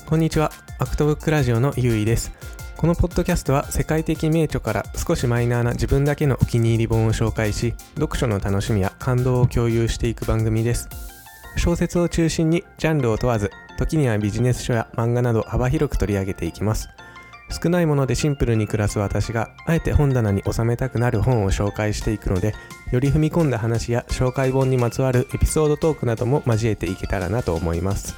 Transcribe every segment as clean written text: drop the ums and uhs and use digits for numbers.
こんにちは。アクトブックラジオのゆういです。このポッドキャストは世界的名著から少しマイナーな自分だけのお気に入り本を紹介し、読書の楽しみや感動を共有していく番組です。小説を中心にジャンルを問わず、時にはビジネス書や漫画など幅広く取り上げていきます。少ないものでシンプルに暮らす私が、あえて本棚に収めたくなる本を紹介していくので、より踏み込んだ話や紹介本にまつわるエピソードトークなども交えていけたらなと思います。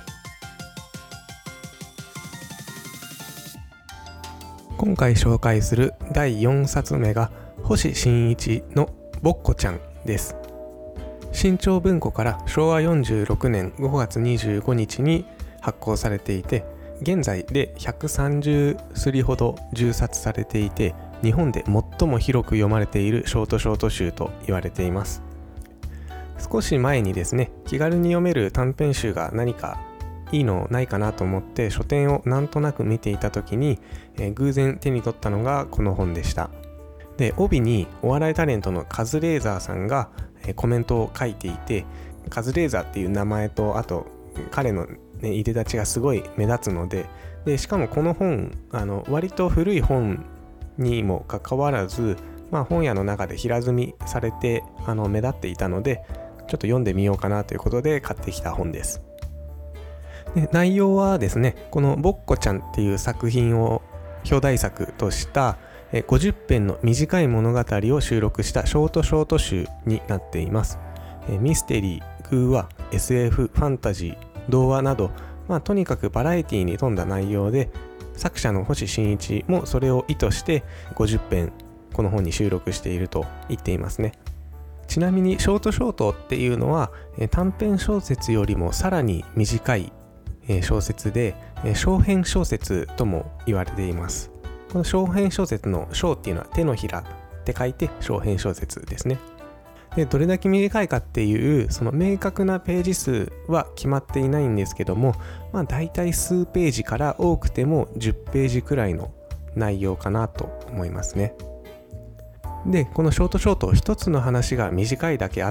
今回紹介する第4冊目が星新一のぼっこちゃんです。新潮文庫から昭和46年5月25日に発行されていて、現在で130すりほど重冊されていて、日本で最も広く読まれているショート集と言われています。少し前にですね、気軽に読める短編集が何かいいのないかなと思って書店をなんとなく見ていた時に、偶然手に取ったのがこの本でした。で、帯にお笑いタレントのカズレーザーさんが、コメントを書いていて、カズレーザーっていう名前と、あと彼の、いでたちがすごい目立つので、しかもこの本割と古い本にもかかわらず、本屋の中で平積みされて目立っていたので、ちょっと読んでみようかなということで買ってきた本です。で、内容はですね、このぼっこちゃんっていう作品を表題作とした50編の短い物語を収録したショート集になっています。ミステリー、寓話、SF、ファンタジー、童話など、とにかくバラエティに富んだ内容で、作者の星新一もそれを意図して50編この本に収録していると言っていますね。ちなみにショートっていうのは短編小説よりもさらに短い小説で、小編小説とも言われています。この小編小説の小っていうのは手のひらって書いて小編小説ですね。で、どれだけ短いかっていうその明確なページ数は決まっていないんですけども、だいたい数ページから多くても10ページくらいの内容かなと思いますね。で、このショート一つの話が短いだけあって、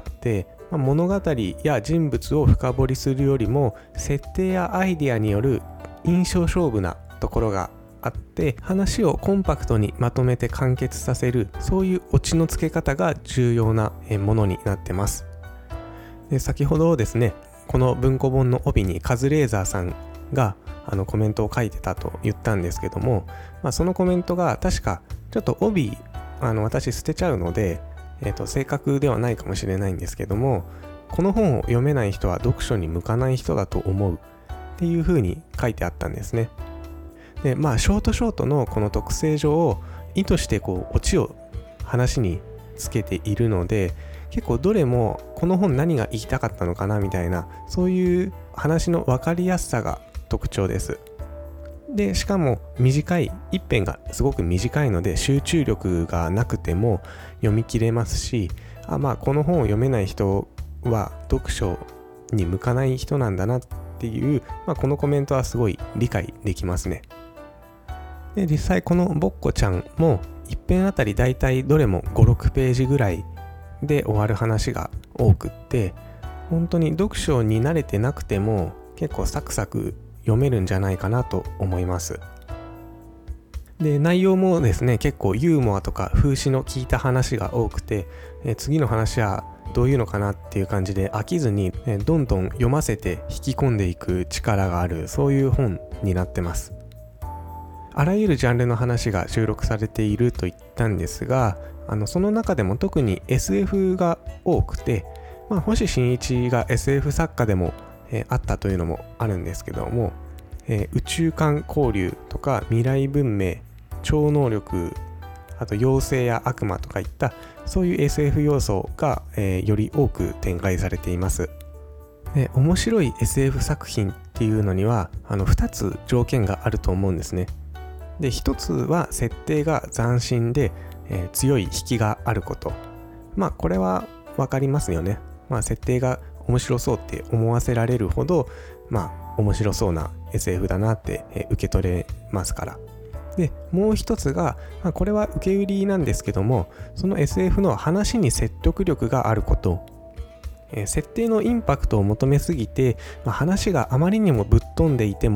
物語や人物を深掘りするよりも設定やアイデアによる印象勝負なところがあって、話をコンパクトにまとめて完結させる、そういうオチのつけ方が重要なものになってます。で、先ほどですね、この文庫本の帯にカズレーザーさんがコメントを書いてたと言ったんですけども、そのコメントが確かちょっと帯私捨てちゃうので、正確ではないかもしれないんですけども、この本を読めない人は読書に向かない人だと思うっていう風に書いてあったんですね。で、ショートのこの特性上、意図してオチを話につけているので、結構どれもこの本何が言いたかったのかなみたいな、そういう話の分かりやすさが特徴です。で、しかも短い、一編がすごく短いので集中力がなくても読み切れますし、この本を読めない人は読書に向かない人なんだなっていう、このコメントはすごい理解できますね。で、実際このぼっこちゃんも一編あたりだいたいどれも 5,6 ページぐらいで終わる話が多くって、本当に読書に慣れてなくても結構サクサク読めるんじゃないかなと思います。で、内容もですね、結構ユーモアとか風刺の効いた話が多くて、次の話はどういうのかなっていう感じで飽きずに、どんどん読ませて引き込んでいく力がある、そういう本になってます。あらゆるジャンルの話が収録されていると言ったんですが、その中でも特に SF が多くて、星新一が SF 作家でもあったというのもあるんですけども、宇宙間交流とか未来文明、超能力、あと妖精や悪魔とかいったそういう SF 要素が、より多く展開されています。で、面白い SF 作品っていうのには2つ条件があると思うんですね。で、1つは設定が斬新で、強い引きがあること。これは分かりますよね。設定が面白そうって思わせられるほど面白そうな SF だなって受け取れますから。で、もう一つが、これは受け売りなんですけども、その SF の話に説得力があること。設定のインパクトを求めすぎて、話があまりにもぶっ飛んでいても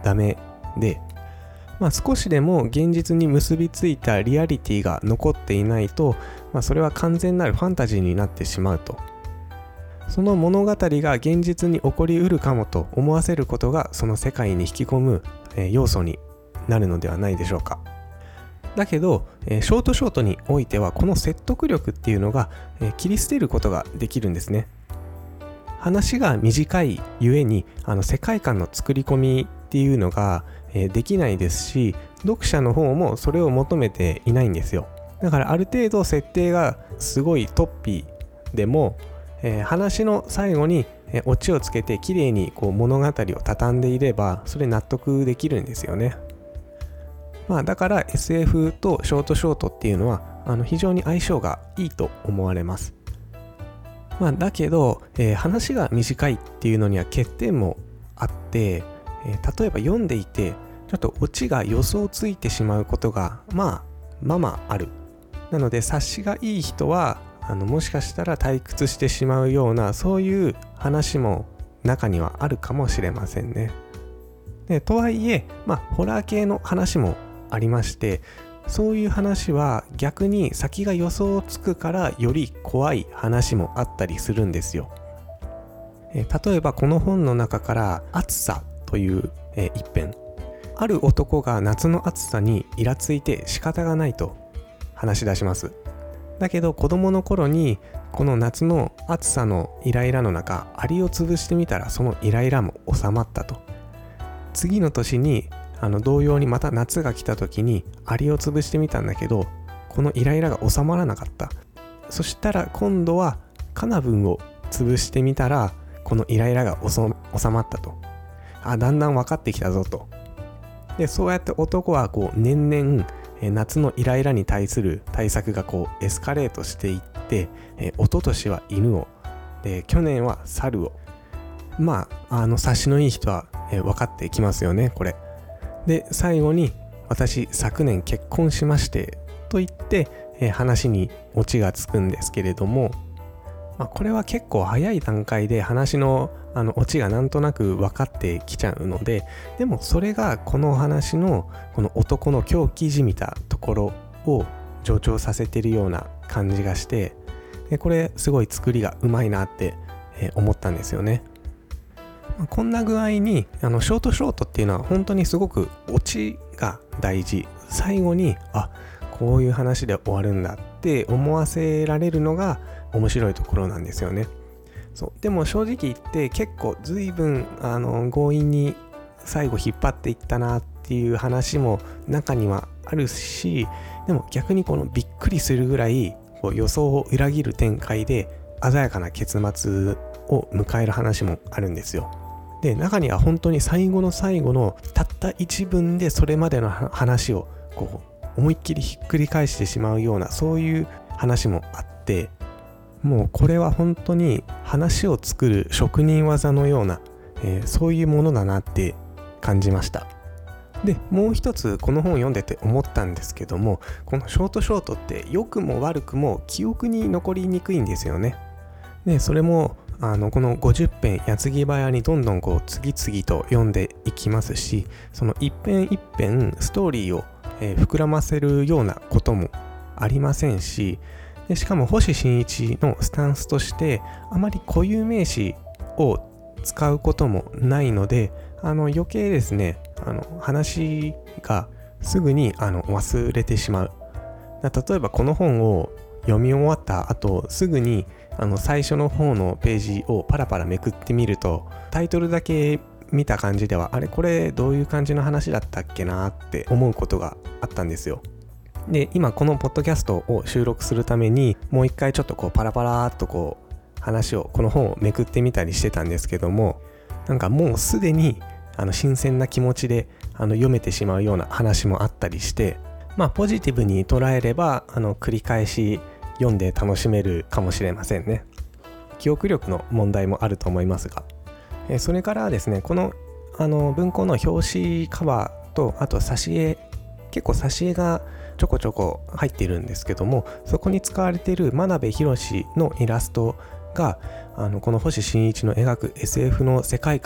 ダメで、少しでも現実に結びついたリアリティが残っていないと、それは完全なるファンタジーになってしまうと。その物語が現実に起こりうるかもと思わせることがその世界に引き込む要素になるのではないでしょうか。だけどショートにおいてはこの説得力っていうのが切り捨てることができるんですね。話が短いゆえに世界観の作り込みっていうのができないですし、読者の方もそれを求めていないんですよ。だからある程度設定がすごい突飛でも話の最後にオチをつけて綺麗に物語を畳んでいればそれ納得できるんですよね。だから SF とショートっていうのは非常に相性がいいと思われます。だけど、話が短いっていうのには欠点もあって、例えば読んでいてちょっとオチが予想ついてしまうことがまあある。なので察しがいい人はもしかしたら退屈してしまうようなそういう話も中にはあるかもしれませんね。とはいえホラー系の話もありまして、そういう話は逆に先が予想つくからより怖い話もあったりするんですよ。例えばこの本の中から暑さという一編、ある男が夏の暑さにイラついて仕方がないと話し出します。だけど子供の頃にこの夏の暑さのイライラの中、アリを潰してみたらそのイライラも収まったと。次の年に同様にまた夏が来た時にアリを潰してみたんだけどこのイライラが収まらなかった。そしたら今度はカナブンを潰してみたらこのイライラが収まったと。だんだん分かってきたぞと。でそうやって男は年々夏のイライラに対する対策がエスカレートしていって、一昨年は犬を、で去年は猿を、察しのいい人は、分かってきますよねこれ。で最後に私昨年結婚しましてと言って、話にオチがつくんですけれども、これは結構早い段階で話のオチがなんとなく分かってきちゃうので、でもそれがこの話のこの男の狂気じみたところを助長させてるような感じがして、これすごい作りがうまいなって思ったんですよね。こんな具合にショートっていうのは本当にすごくオチが大事。最後にこういう話で終わるんだって思わせられるのが面白いところなんですよね。でも正直言って結構随分強引に最後引っ張っていったなっていう話も中にはあるし、でも逆にこのびっくりするぐらい予想を裏切る展開で鮮やかな結末を迎える話もあるんですよ。で中には本当に最後の最後のたった一文でそれまでの話を思いっきりひっくり返してしまうようなそういう話もあって、もうこれは本当に話を作る職人技のような、そういうものだなって感じました。でもう一つこの本を読んでて思ったんですけども、このショートって良くも悪くも記憶に残りにくいんですよね。でそれもこの50編矢継ぎ早にどんどん次々と読んでいきますし、その一編一編ストーリーを、膨らませるようなこともありませんし、でしかも星新一のスタンスとしてあまり固有名詞を使うこともないので余計ですね話がすぐに忘れてしまう。例えばこの本を読み終わった後すぐに最初の方のページをパラパラめくってみるとタイトルだけ見た感じではこれどういう感じの話だったっけなって思うことがあったんですよ。で今このポッドキャストを収録するためにもう一回ちょっとパラパラーっと話をこの本をめくってみたりしてたんですけども、なんかもうすでに新鮮な気持ちで読めてしまうような話もあったりして、ポジティブに捉えれば繰り返し読んで楽しめるかもしれませんね。記憶力の問題もあると思いますが、それからですねこの文庫の表紙カバーとあと挿絵、結構挿絵がちょこちょこ入っているんですけども、そこに使われている真鍋宏のイラストがこの星新一の描く SF の世界観を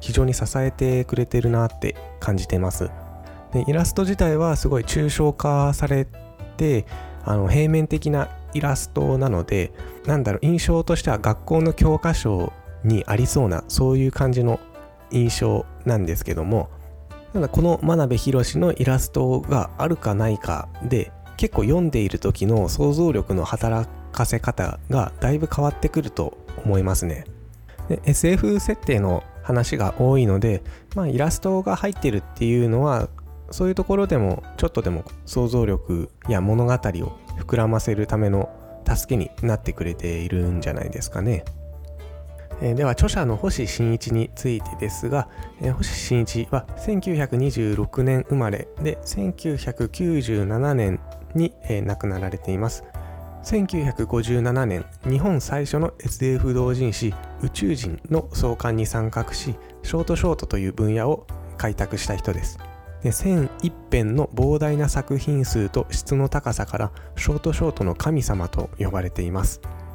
非常に支えてくれてるなって感じてます。でイラスト自体はすごい抽象化されて平面的なイラストなので、印象としては学校の教科書にありそうなそういう感じの印象なんですけども、ただこの真鍋宏のイラストがあるかないかで結構読んでいる時の想像力の働かせ方がだいぶ変わってくると思いますね。で SF 設定の話が多いので、イラストが入ってるっていうのはそういうところでもちょっとでも想像力や物語を膨らませるための助けになってくれているんじゃないですかね。では著者の星新一についてですが、星新一は1926年生まれで1997年に亡くなられています。1957年日本最初の SF 同人誌宇宙人の創刊に参画し、ショートショートという分野を開拓した人です。で1001編の膨大な作品数と質の高さからショートショートの神様と呼ばれています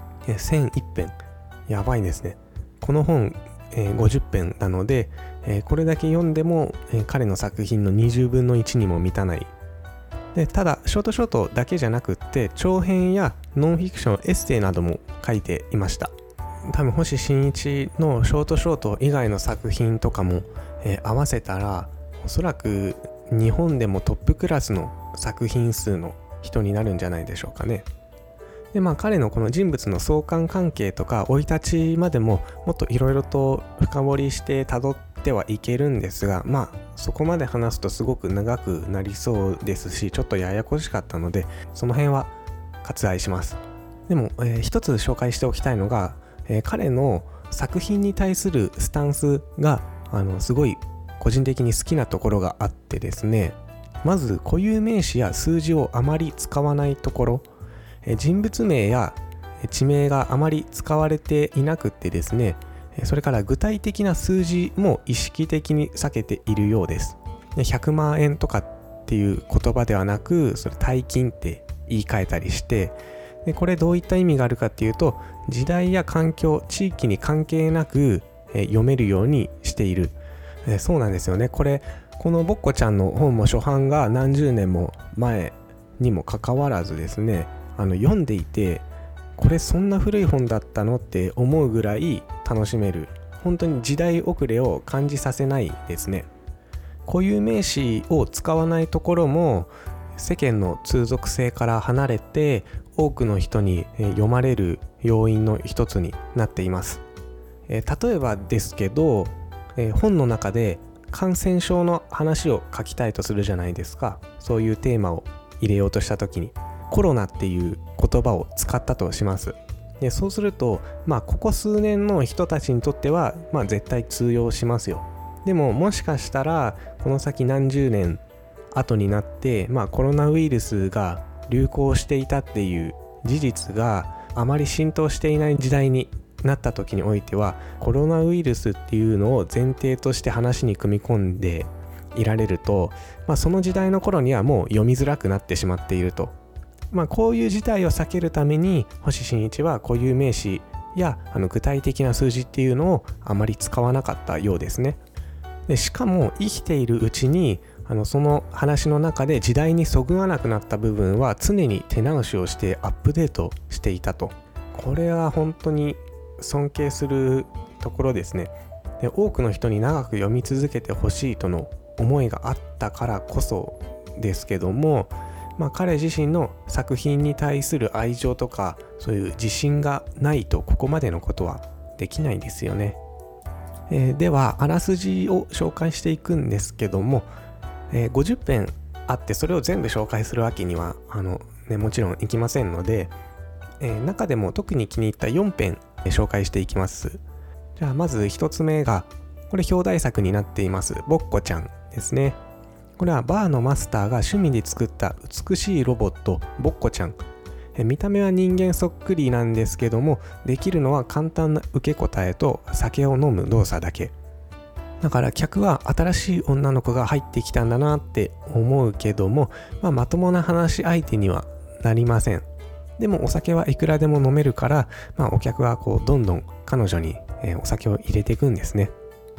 。1001編やばいですね。この本、50編なので、これだけ読んでも、彼の作品の20分の1にも満たない。でただショートショートだけじゃなくって長編やノンフィクションエッセイなども書いていました。多分星新一のショートショート以外の作品とかも、合わせたらおそらく日本でもトップクラスの作品数の人になるんじゃないでしょうかね。で彼のこの人物の相関関係とか生い立ちまでももっといろいろと深掘りして辿ってはいけるんですが、そこまで話すとすごく長くなりそうですし、ちょっとややこしかったのでその辺は割愛します。でも、一つ紹介しておきたいのが、彼の作品に対するスタンスがすごい個人的に好きなところがあってですね、まず固有名詞や数字をあまり使わないところ、人物名や地名があまり使われていなくってですね、それから具体的な数字も意識的に避けているようです。100万円とかっていう言葉ではなく、それ大金って言い換えたりして、でこれどういった意味があるかっていうと、時代や環境、地域に関係なく読めるようにしている。そうなんですよね。このぼっこちゃんの本も初版が何十年も前にもかかわらずですね、読んでいてこれそんな古い本だったのって思うぐらい楽しめる、本当に時代遅れを感じさせないですね。固有名詞を使わないところも世間の通俗性から離れて多くの人に読まれる要因の一つになっています。例えばですけど、本の中で感染症の話を書きたいとするじゃないですか。そういうテーマを入れようとした時にコロナっていう言葉を使ったとします。でそうするとここ数年の人たちにとっては絶対通用しますよ。でももしかしたらこの先何十年後になってコロナウイルスが流行していたっていう事実があまり浸透していない時代になった時においては、コロナウイルスっていうのを前提として話に組み込んでいられると、その時代の頃にはもう読みづらくなってしまっていると。こういう事態を避けるために星新一は固有名詞や具体的な数字っていうのをあまり使わなかったようですね。でしかも生きているうちにその話の中で時代にそぐわなくなった部分は常に手直しをしてアップデートしていたと。これは本当に尊敬するところですね。で多くの人に長く読み続けてほしいとの思いがあったからこそですけども、彼自身の作品に対する愛情とかそういう自信がないとここまでのことはできないですよね。ではあらすじを紹介していくんですけども、50編あってそれを全部紹介するわけにはもちろんいきませんので、中でも特に気に入った4編紹介していきます。じゃあまず1つ目がこれ表題作になっていますぼっこちゃんですね。これはバーのマスターが趣味で作った美しいロボットぼっこちゃん。見た目は人間そっくりなんですけども、できるのは簡単な受け答えと酒を飲む動作だけ。だから客は新しい女の子が入ってきたんだなって思うけども、まともな話し相手にはなりません。でもお酒はいくらでも飲めるから、お客はどんどん彼女にお酒を入れていくんですね。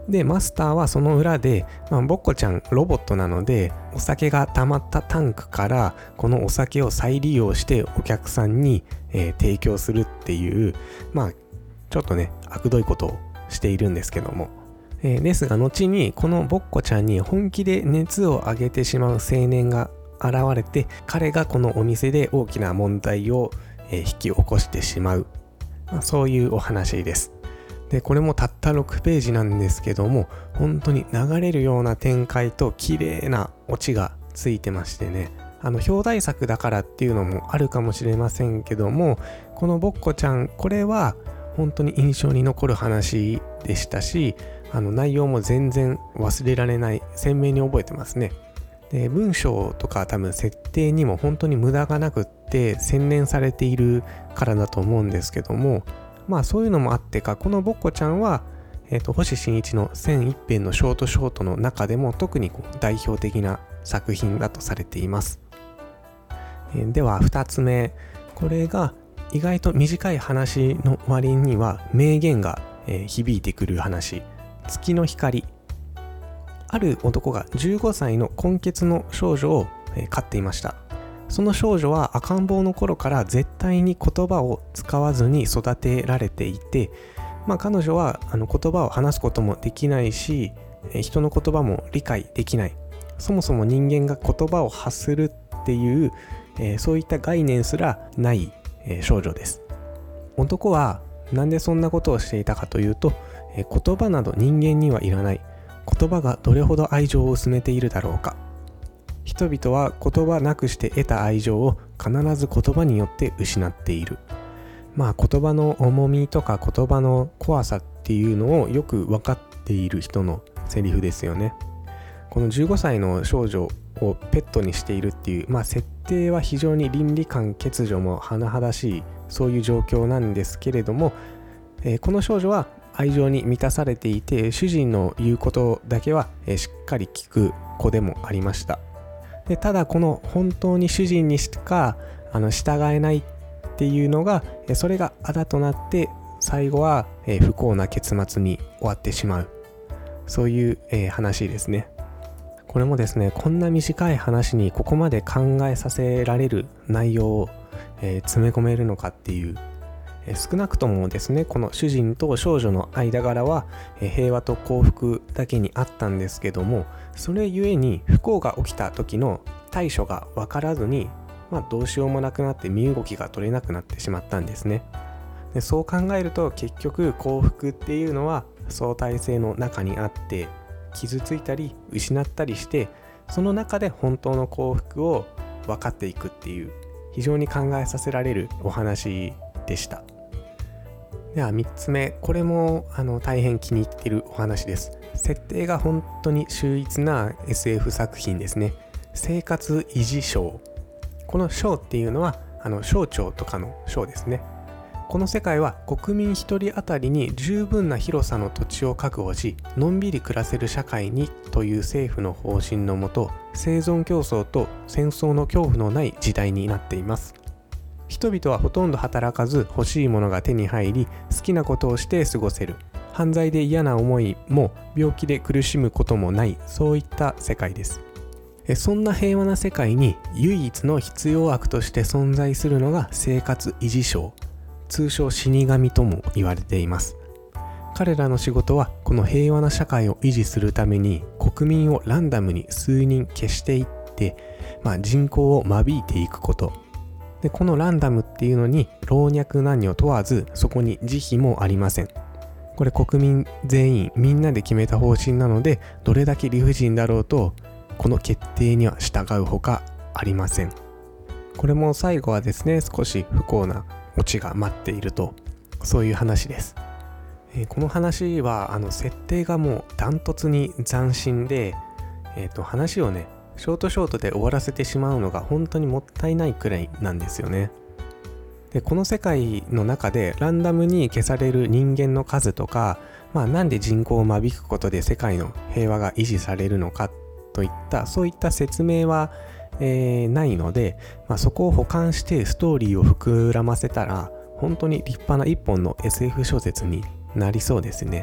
でマスターはその裏で、ボッコちゃんロボットなので、お酒が溜まったタンクからこのお酒を再利用してお客さんに、提供するっていう、ちょっとね悪どいことをしているんですけども、ですが後にこのボッコちゃんに本気で熱を上げてしまう青年が現れて、彼がこのお店で大きな問題を、引き起こしてしまう、そういうお話です。でこれもたった6ページなんですけども、本当に流れるような展開と綺麗なオチがついてましてね、表題作だからっていうのもあるかもしれませんけども、このボッコちゃん、これは本当に印象に残る話でしたし、内容も全然忘れられない、鮮明に覚えてますね。で文章とか多分設定にも本当に無駄がなくって洗練されているからだと思うんですけども、そういうのもあってか、このボッコちゃんは、星新一の1001編のショートの中でも特に代表的な作品だとされています。では2つ目、これが意外と短い話の割には名言が、響いてくる話、月の光。ある男が15歳の混血の少女を、飼っていました。その少女は赤ん坊の頃から絶対に言葉を使わずに育てられていて、彼女は言葉を話すこともできないし、人の言葉も理解できない、そもそも人間が言葉を発するっていう、そういった概念すらない、少女です。男はなんでそんなことをしていたかというと、言葉など人間にはいらない、言葉がどれほど愛情を薄めているだろうか、人々は言葉なくして得た愛情を必ず言葉によって失っている。言葉の重みとか言葉の怖さっていうのをよく分かっている人のセリフですよね。この15歳の少女をペットにしているっていう、設定は非常に倫理観欠如も甚だしい、そういう状況なんですけれども、この少女は愛情に満たされていて、主人の言うことだけは、しっかり聞く子でもありました。でただこの本当に主人にしか従えないっていうのが、それがあだとなって最後は、不幸な結末に終わってしまう、そういう、話ですね。これもですね、こんな短い話にここまで考えさせられる内容を、詰め込めるのかっていう、少なくともですね、この主人と少女の間柄は、平和と幸福だけにあったんですけども、それゆえに不幸が起きた時の対処が分からずに、どうしようもなくなって身動きが取れなくなってしまったんですね。でそう考えると結局幸福っていうのは相対性の中にあって、傷ついたり失ったりして、その中で本当の幸福を分かっていくっていう、非常に考えさせられるお話でした。では3つ目、これも大変気に入っているお話です。設定が本当に秀逸な SF 作品ですね。生活維持省。この省っていうのは省庁とかの省ですね。この世界は国民1人当たりに十分な広さの土地を確保し、のんびり暮らせる社会にという政府の方針のもと、生存競争と戦争の恐怖のない時代になっています。人々はほとんど働かず、欲しいものが手に入り、好きなことをして過ごせる。犯罪で嫌な思いも病気で苦しむこともない、そういった世界です。そんな平和な世界に唯一の必要悪として存在するのが生活維持省、通称死神とも言われています。彼らの仕事はこの平和な社会を維持するために国民をランダムに数人消していって、人口を間引いていくこと。でこのランダムっていうのに老若男女問わず、そこに慈悲もありません。これ国民全員みんなで決めた方針なので、どれだけ理不尽だろうとこの決定には従うほかありません。これも最後はですね、少し不幸なオチが待っていると、そういう話です。この話は設定がもうダントツに斬新で、話をねショートで終わらせてしまうのが本当にもったいないくらいなんですよね。でこの世界の中でランダムに消される人間の数とか、なんで人口を間引くことで世界の平和が維持されるのかといったそういった説明は、ないので、そこを補完してストーリーを膨らませたら本当に立派な一本の SF 小説になりそうですね。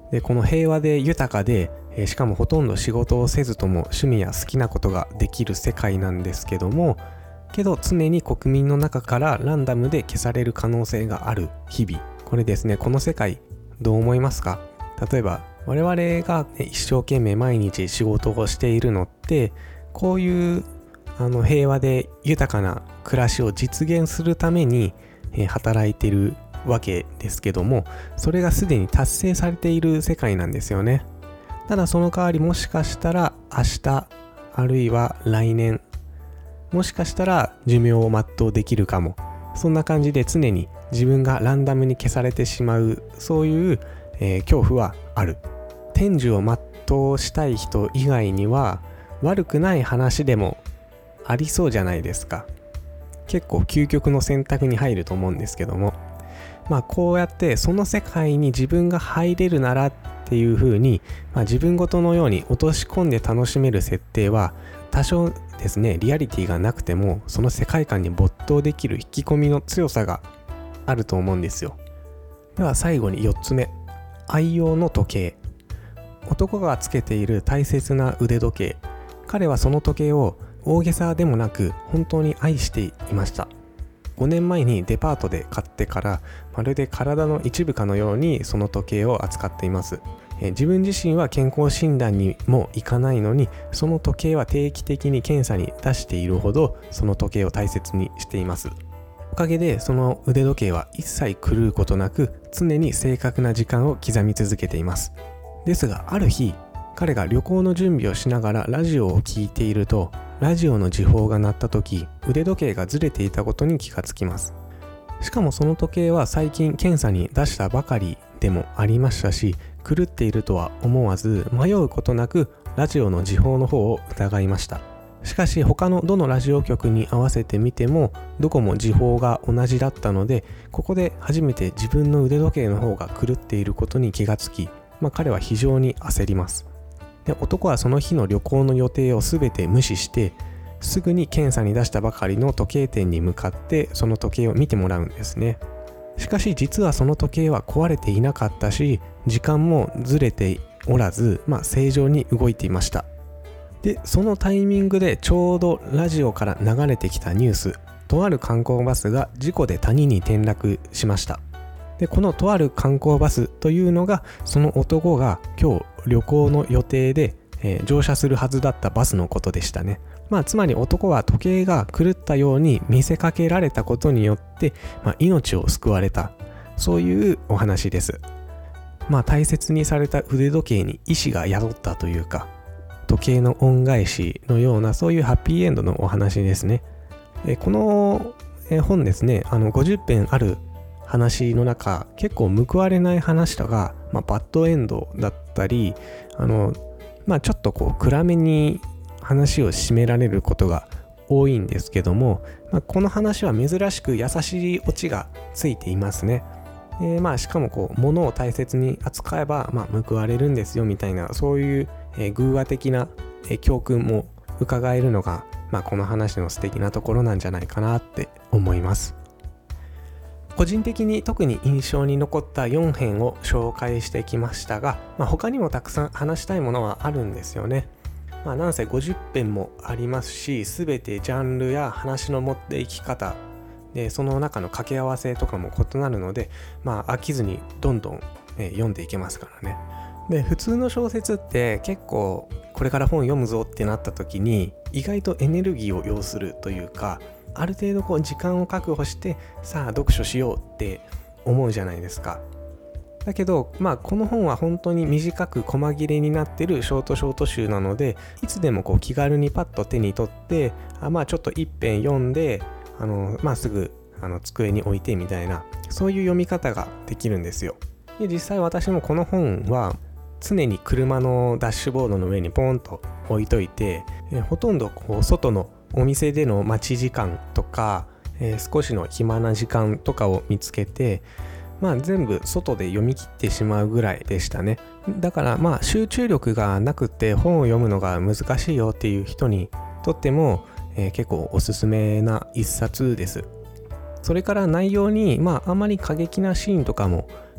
でこの平和で豊かで、しかもほとんど仕事をせずとも趣味や好きなことができる世界なんですけども、けど常に国民の中からランダムで消される可能性がある日々。これですね、この世界どう思いますか？例えば我々が一生懸命毎日仕事をしているのって、こういう平和で豊かな暮らしを実現するために働いているわけですけども、それがすでに達成されている世界なんですよね。ただその代わり、もしかしたら明日あるいは来年、もしかしたら寿命を全うできるかも、そんな感じで常に自分がランダムに消されてしまう、そういう、恐怖はある。天寿を全うしたい人以外には悪くない話でもありそうじゃないですか。結構究極の選択に入ると思うんですけども、こうやってその世界に自分が入れるならっていう風に、自分ごとのように落とし込んで楽しめる設定は、多少ですねリアリティがなくてもその世界観に没頭できる引き込みの強さがあると思うんですよ。では最後に4つ目、愛用の時計。男がつけている大切な腕時計、彼はその時計を大げさでもなく本当に愛していました。5年前にデパートで買ってから、まるで体の一部かのようにその時計を扱っています。自分自身は健康診断にも行かないのに、その時計は定期的に検査に出しているほどその時計を大切にしています。おかげでその腕時計は一切狂うことなく、常に正確な時間を刻み続けています。ですがある日、彼が旅行の準備をしながらラジオを聞いていると、ラジオの時報が鳴った時、腕時計がずれていたことに気がつきます。しかもその時計は最近検査に出したばかりでもありましたし、狂っているとは思わず、迷うことなくラジオの時報の方を疑いました。しかし他のどのラジオ局に合わせてみてもどこも時報が同じだったので、ここで初めて自分の腕時計の方が狂っていることに気がつき、彼は非常に焦ります。で、男はその日の旅行の予定をすべて無視して、すぐに検査に出したばかりの時計店に向かってその時計を見てもらうんですね。しかし実はその時計は壊れていなかったし、時間もずれておらず、正常に動いていました。で、そのタイミングでちょうどラジオから流れてきたニュース、とある観光バスが事故で谷に転落しました。で、このとある観光バスというのが、その男が今日旅行の予定で、乗車するはずだったバスのことでしたね。つまり男は時計が狂ったように見せかけられたことによって、命を救われた、そういうお話です。大切にされた腕時計に意志が宿ったというか、時計の恩返しのような、そういうハッピーエンドのお話ですね。この本ですね、50編ある話の中、結構報われない話とか、バッドエンドだったり、ちょっと暗めに話を締められることが多いんですけども、この話は珍しく優しいオチがついていますね。しかも物を大切に扱えば、報われるんですよみたいな、そういう偶話的な教訓も伺えるのが、この話の素敵なところなんじゃないかなって思います。個人的に特に印象に残った4編を紹介してきましたが、他にもたくさん話したいものはあるんですよね。なんせ50編もありますし、全てジャンルや話の持っていき方で、その中の掛け合わせとかも異なるので、飽きずにどんどん読んでいけますからね。で、普通の小説って結構これから本読むぞってなった時に意外とエネルギーを要するというか、ある程度時間を確保してさあ読書しようって思うじゃないですか。だけどこの本は本当に短く細切れになってるショート集なので、いつでも気軽にパッと手に取ってちょっと一編読んですぐ机に置いてみたいな、そういう読み方ができるんですよ。で、実際私もこの本は常に車のダッシュボードの上にポンと置いといて、ほとんど外のお店での待ち時間とか、少しの暇な時間とかを見つけて、全部外で読み切ってしまうぐらいでしたね。だから集中力がなくって本を読むのが難しいよっていう人にとっても、結構おすすめな一冊です。それから内容にあまり過激なシーンとかも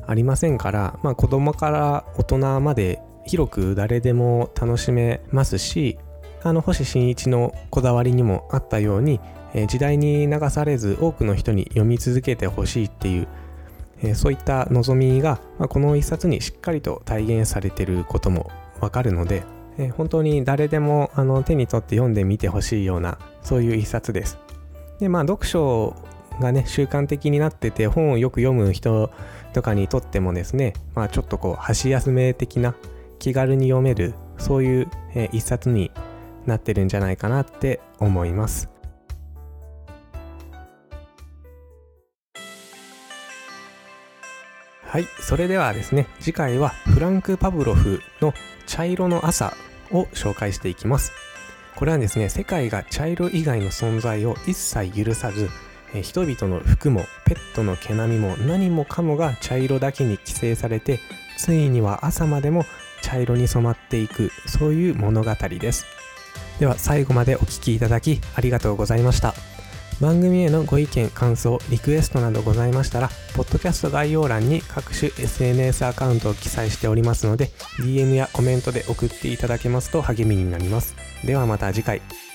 ありませんから、子供から大人まで広く誰でも楽しめますし、星新一のこだわりにもあったように、時代に流されず多くの人に読み続けてほしいっていう、そういった望みが、この一冊にしっかりと体現されていることもわかるので、本当に誰でも手に取って読んでみてほしいような、そういう一冊です。で、読書がね習慣的になってて本をよく読む人とかにとってもですね、ちょっと箸休め的な気軽に読めるそういう、一冊になってるんじゃないかなって思います。はい、それではですね、次回はフランク・パブロフの茶色の朝を紹介していきます。これはですね、世界が茶色以外の存在を一切許さず、人々の服もペットの毛並みも何もかもが茶色だけに規制されて、ついには朝までも茶色に染まっていく、そういう物語です。では最後までお聞きいただきありがとうございました。番組へのご意見、感想、リクエストなどございましたら、ポッドキャスト概要欄に各種 SNS アカウントを記載しておりますので、DM やコメントで送っていただけますと励みになります。ではまた次回。